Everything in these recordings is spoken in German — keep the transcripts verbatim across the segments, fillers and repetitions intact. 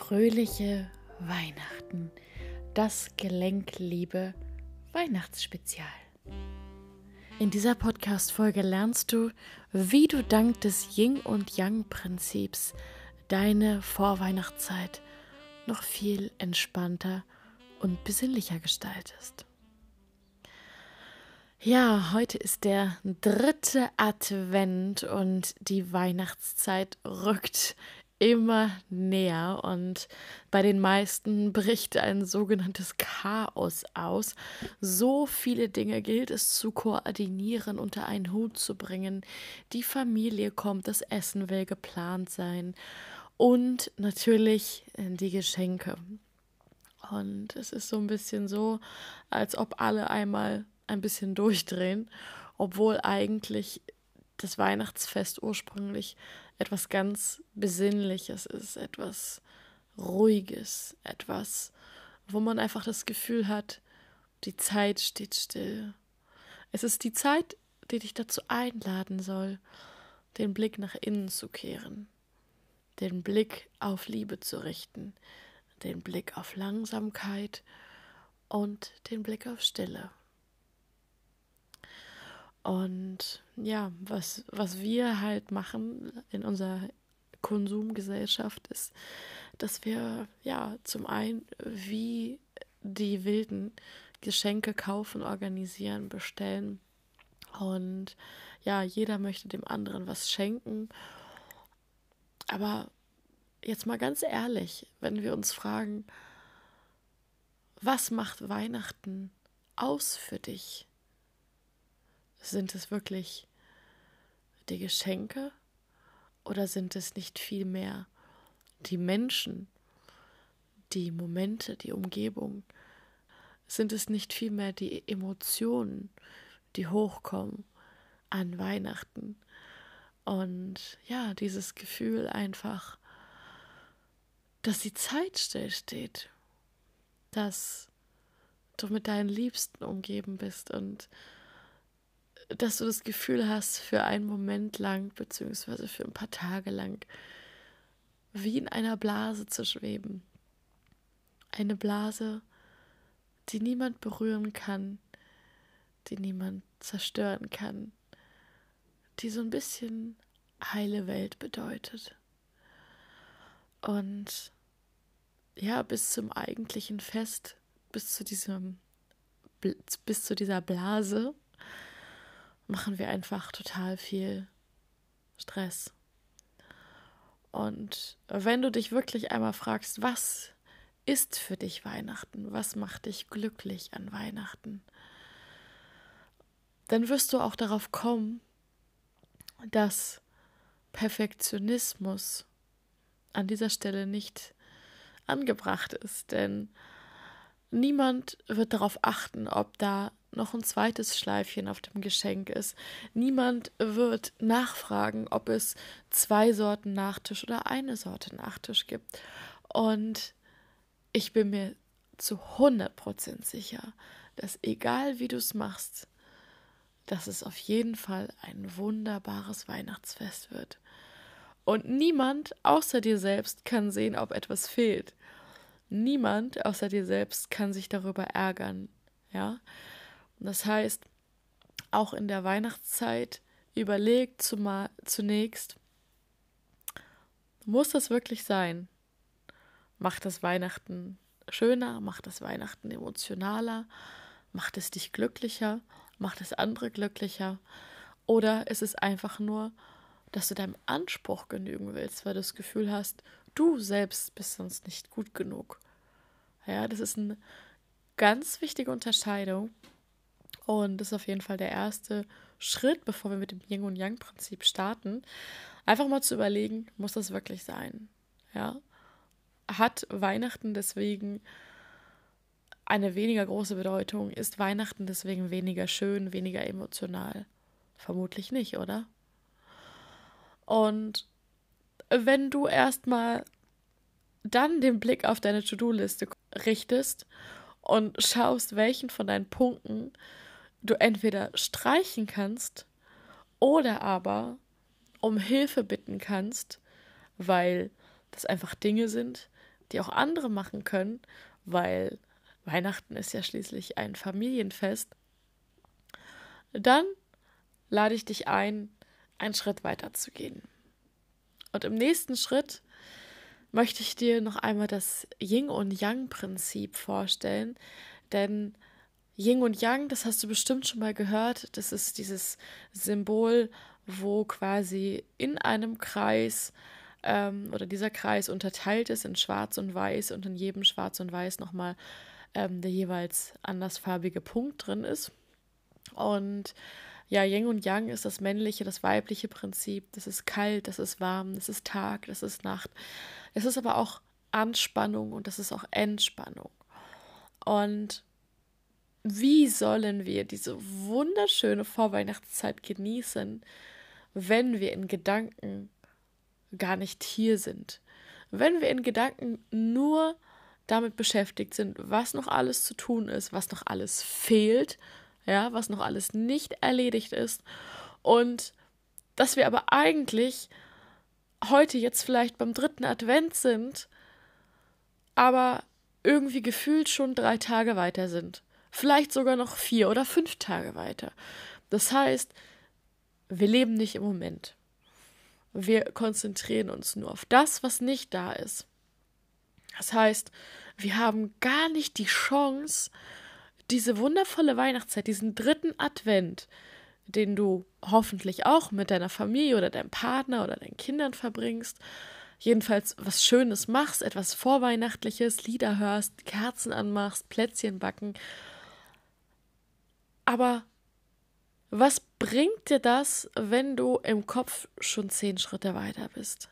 Fröhliche Weihnachten, das Gelenkliebe Weihnachtsspezial. In dieser Podcast-Folge lernst du, wie du dank des Yin- und Yang-Prinzips deine Vorweihnachtszeit noch viel entspannter und besinnlicher gestaltest. Ja, heute ist der dritte Advent und die Weihnachtszeit rückt immer näher und bei den meisten bricht ein sogenanntes Chaos aus. So viele Dinge gilt es zu koordinieren, unter einen Hut zu bringen. Die Familie kommt, das Essen will geplant sein und natürlich die Geschenke. Und es ist so ein bisschen so, als ob alle einmal ein bisschen durchdrehen, obwohl eigentlich das Weihnachtsfest ursprünglich etwas ganz Besinnliches ist, etwas Ruhiges, etwas, wo man einfach das Gefühl hat, die Zeit steht still. Es ist die Zeit, die dich dazu einladen soll, den Blick nach innen zu kehren, den Blick auf Liebe zu richten, den Blick auf Langsamkeit und den Blick auf Stille. Und ja, was, was wir halt machen in unserer Konsumgesellschaft ist, dass wir ja zum einen wie die Wilden Geschenke kaufen, organisieren, bestellen. Und ja, jeder möchte dem anderen was schenken. Aber jetzt mal ganz ehrlich, wenn wir uns fragen, was macht Weihnachten aus für dich? Sind es wirklich die Geschenke oder sind es nicht vielmehr die Menschen, die Momente, die Umgebung? Sind es nicht vielmehr die Emotionen, die hochkommen an Weihnachten? Und ja, dieses Gefühl einfach, dass die Zeit stillsteht, dass du mit deinen Liebsten umgeben bist und dass du das Gefühl hast, für einen Moment lang, beziehungsweise für ein paar Tage lang, wie in einer Blase zu schweben. Eine Blase, die niemand berühren kann, die niemand zerstören kann, die so ein bisschen heile Welt bedeutet. Und ja, bis zum eigentlichen Fest, bis zu diesem, bis zu dieser Blase, machen wir einfach total viel Stress. Und wenn du dich wirklich einmal fragst, was ist für dich Weihnachten? Was macht dich glücklich an Weihnachten? Dann wirst du auch darauf kommen, dass Perfektionismus an dieser Stelle nicht angebracht ist, denn niemand wird darauf achten, ob da noch ein zweites Schleifchen auf dem Geschenk ist. Niemand wird nachfragen, ob es zwei Sorten Nachtisch oder eine Sorte Nachtisch gibt. Und ich bin mir zu hundert Prozent sicher, dass egal wie du es machst, dass es auf jeden Fall ein wunderbares Weihnachtsfest wird. Und niemand außer dir selbst kann sehen, ob etwas fehlt. Niemand außer dir selbst kann sich darüber ärgern, ja. Und das heißt, auch in der Weihnachtszeit überleg zumal, zunächst, muss das wirklich sein? Macht das Weihnachten schöner? Macht das Weihnachten emotionaler? Macht es dich glücklicher? Macht es andere glücklicher? Oder ist es einfach nur, dass du deinem Anspruch genügen willst, weil du das Gefühl hast, du selbst bist sonst nicht gut genug? Ja, das ist eine ganz wichtige Unterscheidung. Und das ist auf jeden Fall der erste Schritt, bevor wir mit dem Yin- und Yang-Prinzip starten. Einfach mal zu überlegen, muss das wirklich sein? Ja? Hat Weihnachten deswegen eine weniger große Bedeutung? Ist Weihnachten deswegen weniger schön, weniger emotional? Vermutlich nicht, oder? Und wenn du erstmal dann den Blick auf deine To-Do-Liste richtest und schaust, welchen von deinen Punkten du entweder streichen kannst oder aber um Hilfe bitten kannst, weil das einfach Dinge sind, die auch andere machen können, weil Weihnachten ist ja schließlich ein Familienfest, dann lade ich dich ein, einen Schritt weiter zu gehen. Und im nächsten Schritt möchte ich dir noch einmal das Yin- und Yang-Prinzip vorstellen, denn Yin und Yang, das hast du bestimmt schon mal gehört, das ist dieses Symbol, wo quasi in einem Kreis ähm, oder dieser Kreis unterteilt ist in Schwarz und Weiß und in jedem Schwarz und Weiß nochmal ähm, der jeweils andersfarbige Punkt drin ist. Und ja, Yin und Yang ist das männliche, das weibliche Prinzip. Das ist kalt, das ist warm, das ist Tag, das ist Nacht. Es ist aber auch Anspannung und das ist auch Entspannung. Und wie sollen wir diese wunderschöne Vorweihnachtszeit genießen, wenn wir in Gedanken gar nicht hier sind? Wenn wir in Gedanken nur damit beschäftigt sind, was noch alles zu tun ist, was noch alles fehlt, ja, was noch alles nicht erledigt ist und dass wir aber eigentlich heute jetzt vielleicht beim dritten Advent sind, aber irgendwie gefühlt schon drei Tage weiter sind. Vielleicht sogar noch vier oder fünf Tage weiter. Das heißt, wir leben nicht im Moment. Wir konzentrieren uns nur auf das, was nicht da ist. Das heißt, wir haben gar nicht die Chance, diese wundervolle Weihnachtszeit, diesen dritten Advent, den du hoffentlich auch mit deiner Familie oder deinem Partner oder deinen Kindern verbringst, jedenfalls was Schönes machst, etwas Vorweihnachtliches, Lieder hörst, Kerzen anmachst, Plätzchen backen. Aber was bringt dir das, wenn du im Kopf schon zehn Schritte weiter bist?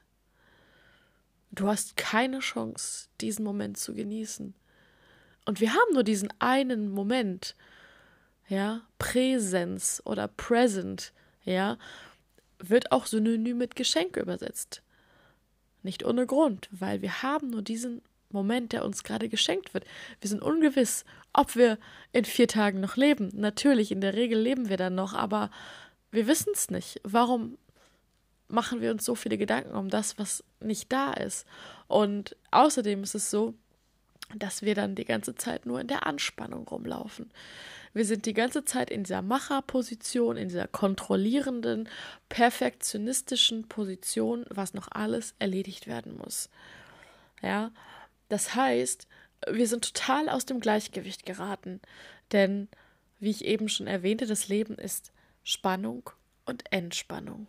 Du hast keine Chance, diesen Moment zu genießen. Und wir haben nur diesen einen Moment, ja, Präsenz oder Present, ja, wird auch synonym mit Geschenk übersetzt. Nicht ohne Grund, weil wir haben nur diesen Moment, der uns gerade geschenkt wird. Wir sind ungewiss, ob wir in vier Tagen noch leben. Natürlich, in der Regel leben wir dann noch, aber wir wissen es nicht. Warum machen wir uns so viele Gedanken um das, was nicht da ist? Und außerdem ist es so, dass wir dann die ganze Zeit nur in der Anspannung rumlaufen. Wir sind die ganze Zeit in dieser Macherposition, in dieser kontrollierenden, perfektionistischen Position, was noch alles erledigt werden muss. Ja, das heißt, wir sind total aus dem Gleichgewicht geraten, denn, wie ich eben schon erwähnte, das Leben ist Spannung und Entspannung.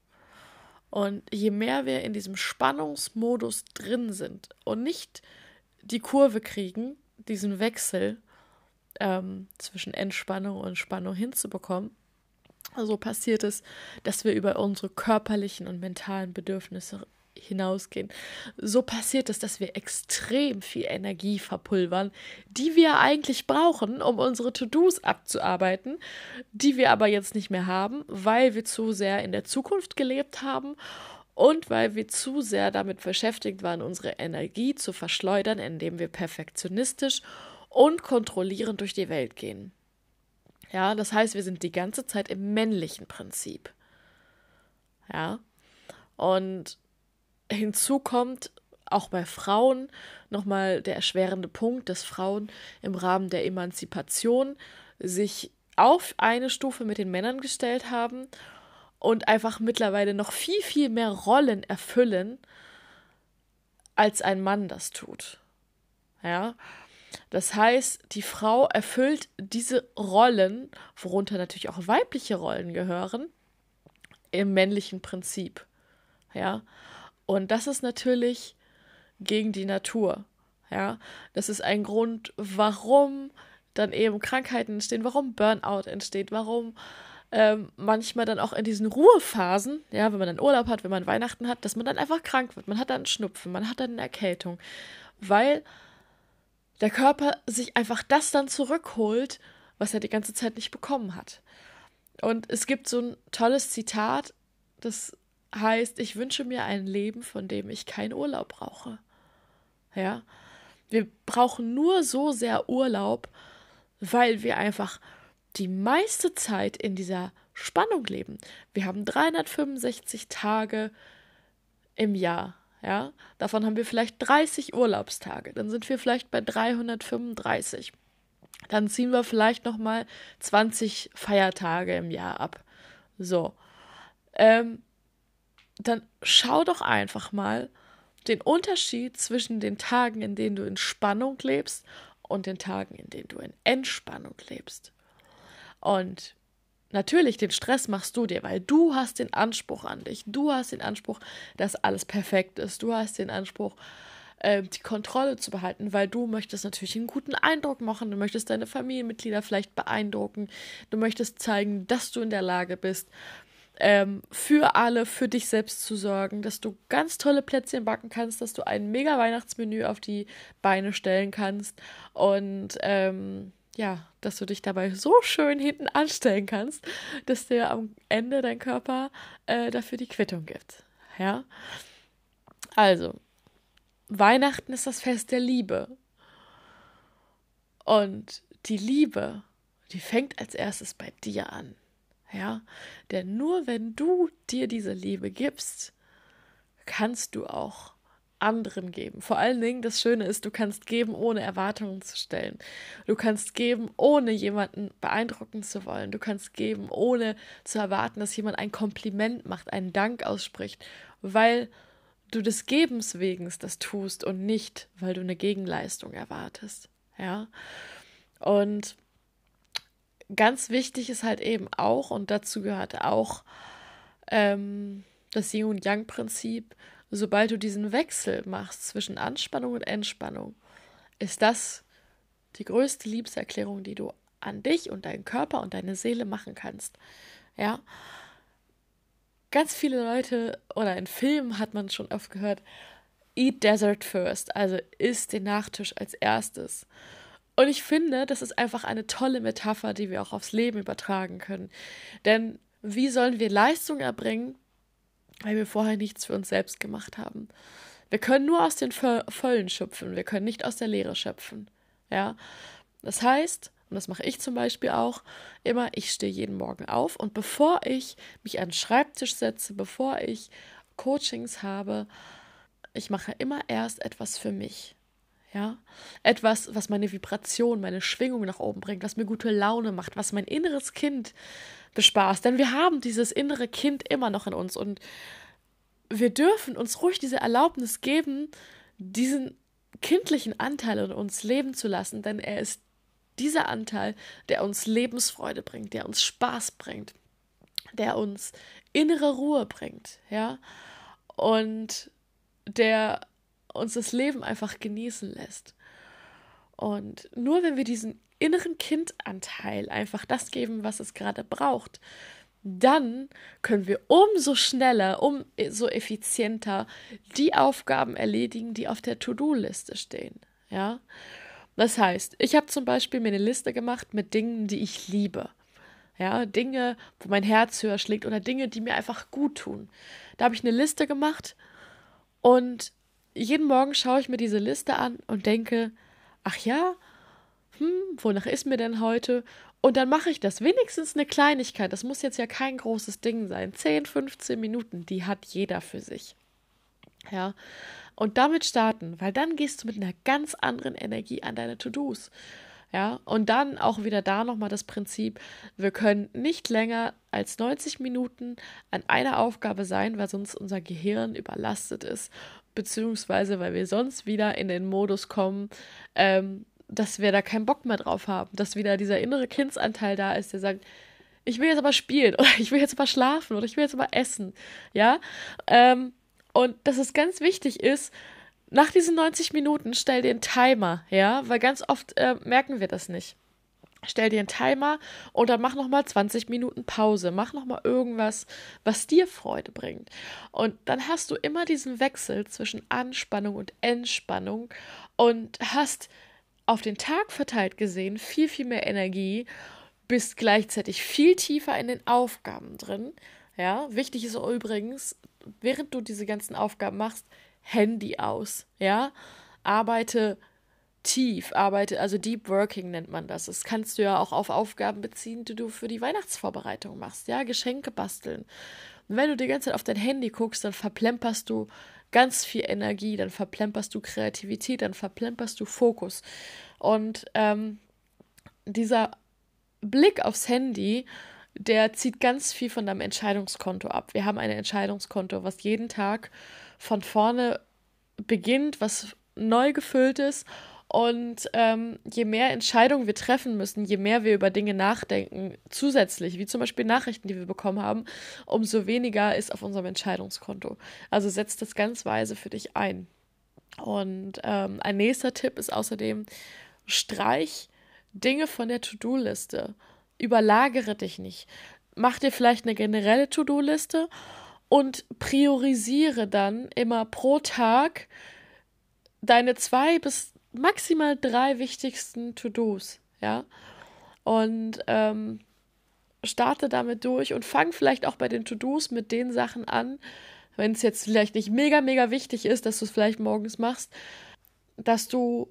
Und je mehr wir in diesem Spannungsmodus drin sind und nicht die Kurve kriegen, diesen Wechsel ähm, zwischen Entspannung und Spannung hinzubekommen, so passiert es, dass wir über unsere körperlichen und mentalen Bedürfnisse hinausgehen. So passiert es, dass wir extrem viel Energie verpulvern, die wir eigentlich brauchen, um unsere To-Dos abzuarbeiten, die wir aber jetzt nicht mehr haben, weil wir zu sehr in der Zukunft gelebt haben und weil wir zu sehr damit beschäftigt waren, unsere Energie zu verschleudern, indem wir perfektionistisch und kontrollierend durch die Welt gehen. Ja, das heißt, wir sind die ganze Zeit im männlichen Prinzip. Ja, und hinzu kommt auch bei Frauen nochmal der erschwerende Punkt, dass Frauen im Rahmen der Emanzipation sich auf eine Stufe mit den Männern gestellt haben und einfach mittlerweile noch viel, viel mehr Rollen erfüllen, als ein Mann das tut. Ja, das heißt, die Frau erfüllt diese Rollen, worunter natürlich auch weibliche Rollen gehören, im männlichen Prinzip. Ja, und das ist natürlich gegen die Natur. Ja, das ist ein Grund, warum dann eben Krankheiten entstehen, warum Burnout entsteht, warum ähm, manchmal dann auch in diesen Ruhephasen, ja, wenn man dann Urlaub hat, wenn man Weihnachten hat, dass man dann einfach krank wird. Man hat dann Schnupfen, man hat dann eine Erkältung, weil der Körper sich einfach das dann zurückholt, was er die ganze Zeit nicht bekommen hat. Und es gibt so ein tolles Zitat, das heißt, ich wünsche mir ein Leben, von dem ich keinen Urlaub brauche. Ja, wir brauchen nur so sehr Urlaub, weil wir einfach die meiste Zeit in dieser Spannung leben. Wir haben dreihundertfünfundsechzig Tage im Jahr, Ja, davon haben wir vielleicht dreißig Urlaubstage. Dann sind wir vielleicht bei dreihundertfünfunddreißig. Dann ziehen wir vielleicht nochmal zwanzig Feiertage im Jahr ab. So, ähm, dann schau doch einfach mal den Unterschied zwischen den Tagen, in denen du in Spannung lebst und den Tagen, in denen du in Entspannung lebst. Und natürlich, den Stress machst du dir, weil du hast den Anspruch an dich. Du hast den Anspruch, dass alles perfekt ist. Du hast den Anspruch, äh, die Kontrolle zu behalten, weil du möchtest natürlich einen guten Eindruck machen. Du möchtest deine Familienmitglieder vielleicht beeindrucken. Du möchtest zeigen, dass du in der Lage bist, ähm, für alle, für dich selbst zu sorgen, dass du ganz tolle Plätzchen backen kannst, dass du ein mega Weihnachtsmenü auf die Beine stellen kannst und ähm, ja, dass du dich dabei so schön hinten anstellen kannst, dass dir am Ende dein Körper äh, dafür die Quittung gibt. Ja, also Weihnachten ist das Fest der Liebe und die Liebe, die fängt als erstes bei dir an. Ja, denn nur wenn du dir diese Liebe gibst, kannst du auch anderen geben. Vor allen Dingen, das Schöne ist, du kannst geben, ohne Erwartungen zu stellen. Du kannst geben, ohne jemanden beeindrucken zu wollen. Du kannst geben, ohne zu erwarten, dass jemand ein Kompliment macht, einen Dank ausspricht, weil du des Gebens wegen das tust und nicht, weil du eine Gegenleistung erwartest. Ja, und ganz wichtig ist halt eben auch, und dazu gehört auch ähm, das Yin- und Yang-Prinzip, sobald du diesen Wechsel machst zwischen Anspannung und Entspannung, ist das die größte Liebeserklärung, die du an dich und deinen Körper und deine Seele machen kannst. Ja, ganz viele Leute, oder in Filmen hat man schon oft gehört, eat dessert first, also isst den Nachtisch als erstes. Und ich finde, das ist einfach eine tolle Metapher, die wir auch aufs Leben übertragen können. Denn wie sollen wir Leistung erbringen, weil wir vorher nichts für uns selbst gemacht haben? Wir können nur aus den Vollen schöpfen, wir können nicht aus der Leere schöpfen. Ja, das heißt, und das mache ich zum Beispiel auch, immer, ich stehe jeden Morgen auf und bevor ich mich an den Schreibtisch setze, bevor ich Coachings habe, ich mache immer erst etwas für mich. Ja, etwas, was meine Vibration, meine Schwingung nach oben bringt, was mir gute Laune macht, was mein inneres Kind bespaßt. Denn wir haben dieses innere Kind immer noch in uns und wir dürfen uns ruhig diese Erlaubnis geben, diesen kindlichen Anteil in uns leben zu lassen, denn er ist dieser Anteil, der uns Lebensfreude bringt, der uns Spaß bringt, der uns innere Ruhe bringt, ja, und der uns das Leben einfach genießen lässt. Und nur wenn wir diesen inneren Kindanteil einfach das geben, was es gerade braucht, dann können wir umso schneller, umso effizienter die Aufgaben erledigen, die auf der To-Do-Liste stehen. Ja? Das heißt, ich habe zum Beispiel mir eine Liste gemacht mit Dingen, die ich liebe. Ja, Dinge, wo mein Herz höher schlägt oder Dinge, die mir einfach gut tun. Da habe ich eine Liste gemacht und jeden Morgen schaue ich mir diese Liste an und denke, ach ja, hm, wonach ist mir denn heute? Und dann mache ich das. Wenigstens eine Kleinigkeit. Das muss jetzt ja kein großes Ding sein. zehn, fünfzehn Minuten, die hat jeder für sich. Ja, und damit starten, weil dann gehst du mit einer ganz anderen Energie an deine To-Dos. Ja, und dann auch wieder da nochmal das Prinzip, wir können nicht länger als neunzig Minuten an einer Aufgabe sein, weil sonst unser Gehirn überlastet ist, beziehungsweise weil wir sonst wieder in den Modus kommen, ähm, dass wir da keinen Bock mehr drauf haben, dass wieder dieser innere Kindsanteil da ist, der sagt, ich will jetzt aber spielen oder ich will jetzt aber schlafen oder ich will jetzt aber essen, ja, ähm, und dass es ganz wichtig ist, nach diesen neunzig Minuten stell dir einen Timer, ja, weil ganz oft äh, merken wir das nicht. Stell dir einen Timer und dann mach nochmal zwanzig Minuten Pause. Mach nochmal irgendwas, was dir Freude bringt. Und dann hast du immer diesen Wechsel zwischen Anspannung und Entspannung und hast auf den Tag verteilt gesehen viel, viel mehr Energie, bist gleichzeitig viel tiefer in den Aufgaben drin. Ja, wichtig ist übrigens, während du diese ganzen Aufgaben machst, Handy aus, ja, arbeite tief, arbeite, also Deep Working nennt man das. Das kannst du ja auch auf Aufgaben beziehen, die du für die Weihnachtsvorbereitung machst, ja, Geschenke basteln. Und wenn du die ganze Zeit auf dein Handy guckst, dann verplemperst du ganz viel Energie, dann verplemperst du Kreativität, dann verplemperst du Fokus. Und ähm, dieser Blick aufs Handy, der zieht ganz viel von deinem Entscheidungskonto ab. Wir haben ein Entscheidungskonto, was jeden Tag von vorne beginnt, was neu gefüllt ist. Und ähm, je mehr Entscheidungen wir treffen müssen, je mehr wir über Dinge nachdenken, zusätzlich, wie zum Beispiel Nachrichten, die wir bekommen haben, umso weniger ist auf unserem Entscheidungskonto. Also setz das ganz weise für dich ein. Und ähm, ein nächster Tipp ist außerdem, streich Dinge von der To-Do-Liste. Überlagere dich nicht. Mach dir vielleicht eine generelle To-Do-Liste und priorisiere dann immer pro Tag deine zwei bis maximal drei wichtigsten To-Dos, ja. Und ähm, starte damit durch und fang vielleicht auch bei den To-Dos mit den Sachen an, wenn es jetzt vielleicht nicht mega, mega wichtig ist, dass du es vielleicht morgens machst, dass du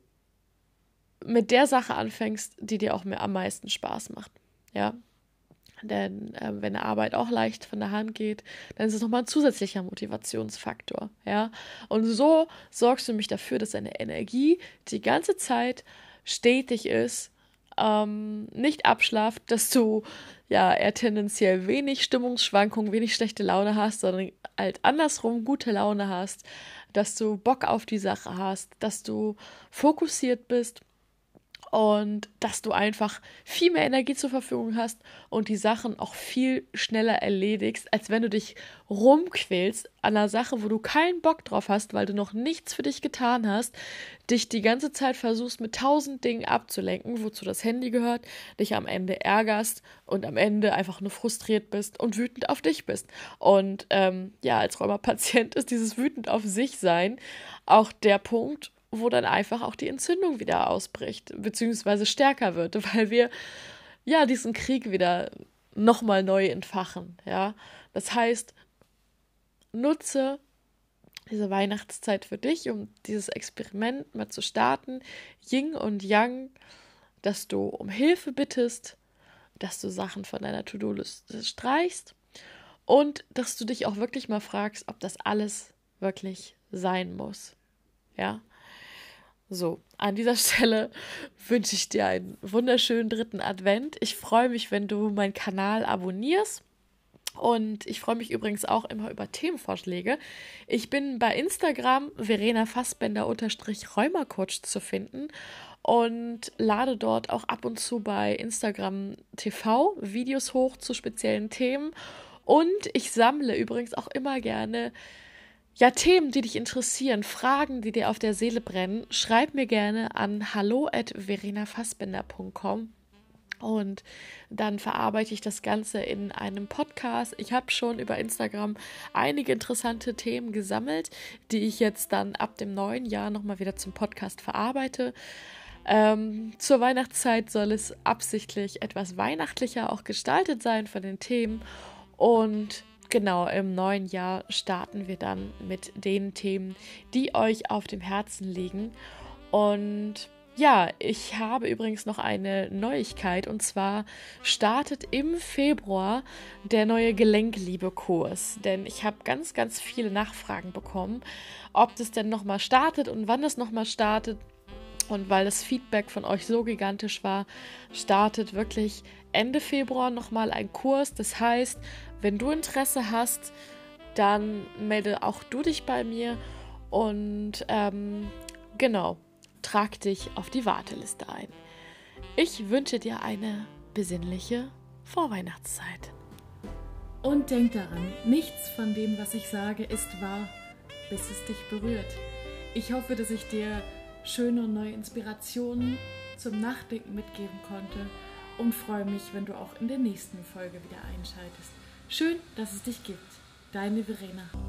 mit der Sache anfängst, die dir auch mehr am meisten Spaß macht, ja. Denn äh, wenn eine Arbeit auch leicht von der Hand geht, dann ist es nochmal ein zusätzlicher Motivationsfaktor, ja. Und so sorgst du mich dafür, dass deine Energie die ganze Zeit stetig ist, ähm, nicht abschlafft, dass du ja eher tendenziell wenig Stimmungsschwankungen, wenig schlechte Laune hast, sondern halt andersrum gute Laune hast, dass du Bock auf die Sache hast, dass du fokussiert bist. Und dass du einfach viel mehr Energie zur Verfügung hast und die Sachen auch viel schneller erledigst, als wenn du dich rumquälst an einer Sache, wo du keinen Bock drauf hast, weil du noch nichts für dich getan hast, dich die ganze Zeit versuchst, mit tausend Dingen abzulenken, wozu das Handy gehört, dich am Ende ärgerst und am Ende einfach nur frustriert bist und wütend auf dich bist. Und ähm, ja, als Rheumapatient ist dieses wütend auf sich sein auch der Punkt, wo dann einfach auch die Entzündung wieder ausbricht, beziehungsweise stärker wird, weil wir ja diesen Krieg wieder nochmal neu entfachen, ja. Das heißt, nutze diese Weihnachtszeit für dich, um dieses Experiment mal zu starten, Yin und Yang, dass du um Hilfe bittest, dass du Sachen von deiner To-Do-Liste streichst und dass du dich auch wirklich mal fragst, ob das alles wirklich sein muss, ja. So, an dieser Stelle wünsche ich dir einen wunderschönen dritten Advent. Ich freue mich, wenn du meinen Kanal abonnierst. Und ich freue mich übrigens auch immer über Themenvorschläge. Ich bin bei Instagram Verena Fassbender unterstrich Rheumacoach zu finden und lade dort auch ab und zu bei Instagram T V Videos hoch zu speziellen Themen. Und ich sammle übrigens auch immer gerne ja, Themen, die dich interessieren, Fragen, die dir auf der Seele brennen, schreib mir gerne an hallo at verena fassbender punkt com und dann verarbeite ich das Ganze in einem Podcast. Ich habe schon über Instagram einige interessante Themen gesammelt, die ich jetzt dann ab dem neuen Jahr nochmal wieder zum Podcast verarbeite. Ähm, zur Weihnachtszeit soll es absichtlich etwas weihnachtlicher auch gestaltet sein von den Themen und genau, im neuen Jahr starten wir dann mit den Themen, die euch auf dem Herzen liegen. Und ja, ich habe übrigens noch eine Neuigkeit und zwar startet im Februar der neue Gelenkliebe-Kurs. Denn ich habe ganz, ganz viele Nachfragen bekommen, ob das denn nochmal startet und wann das nochmal startet. Und weil das Feedback von euch so gigantisch war, startet wirklich Ende Februar nochmal ein Kurs. Das heißt, wenn du Interesse hast, dann melde auch du dich bei mir und ähm, genau, trag dich auf die Warteliste ein. Ich wünsche dir eine besinnliche Vorweihnachtszeit. Und denk daran, nichts von dem, was ich sage, ist wahr, bis es dich berührt. Ich hoffe, dass ich dir schöne und neue Inspirationen zum Nachdenken mitgeben konnte und freue mich, wenn du auch in der nächsten Folge wieder einschaltest. Schön, dass es dich gibt. Deine Verena.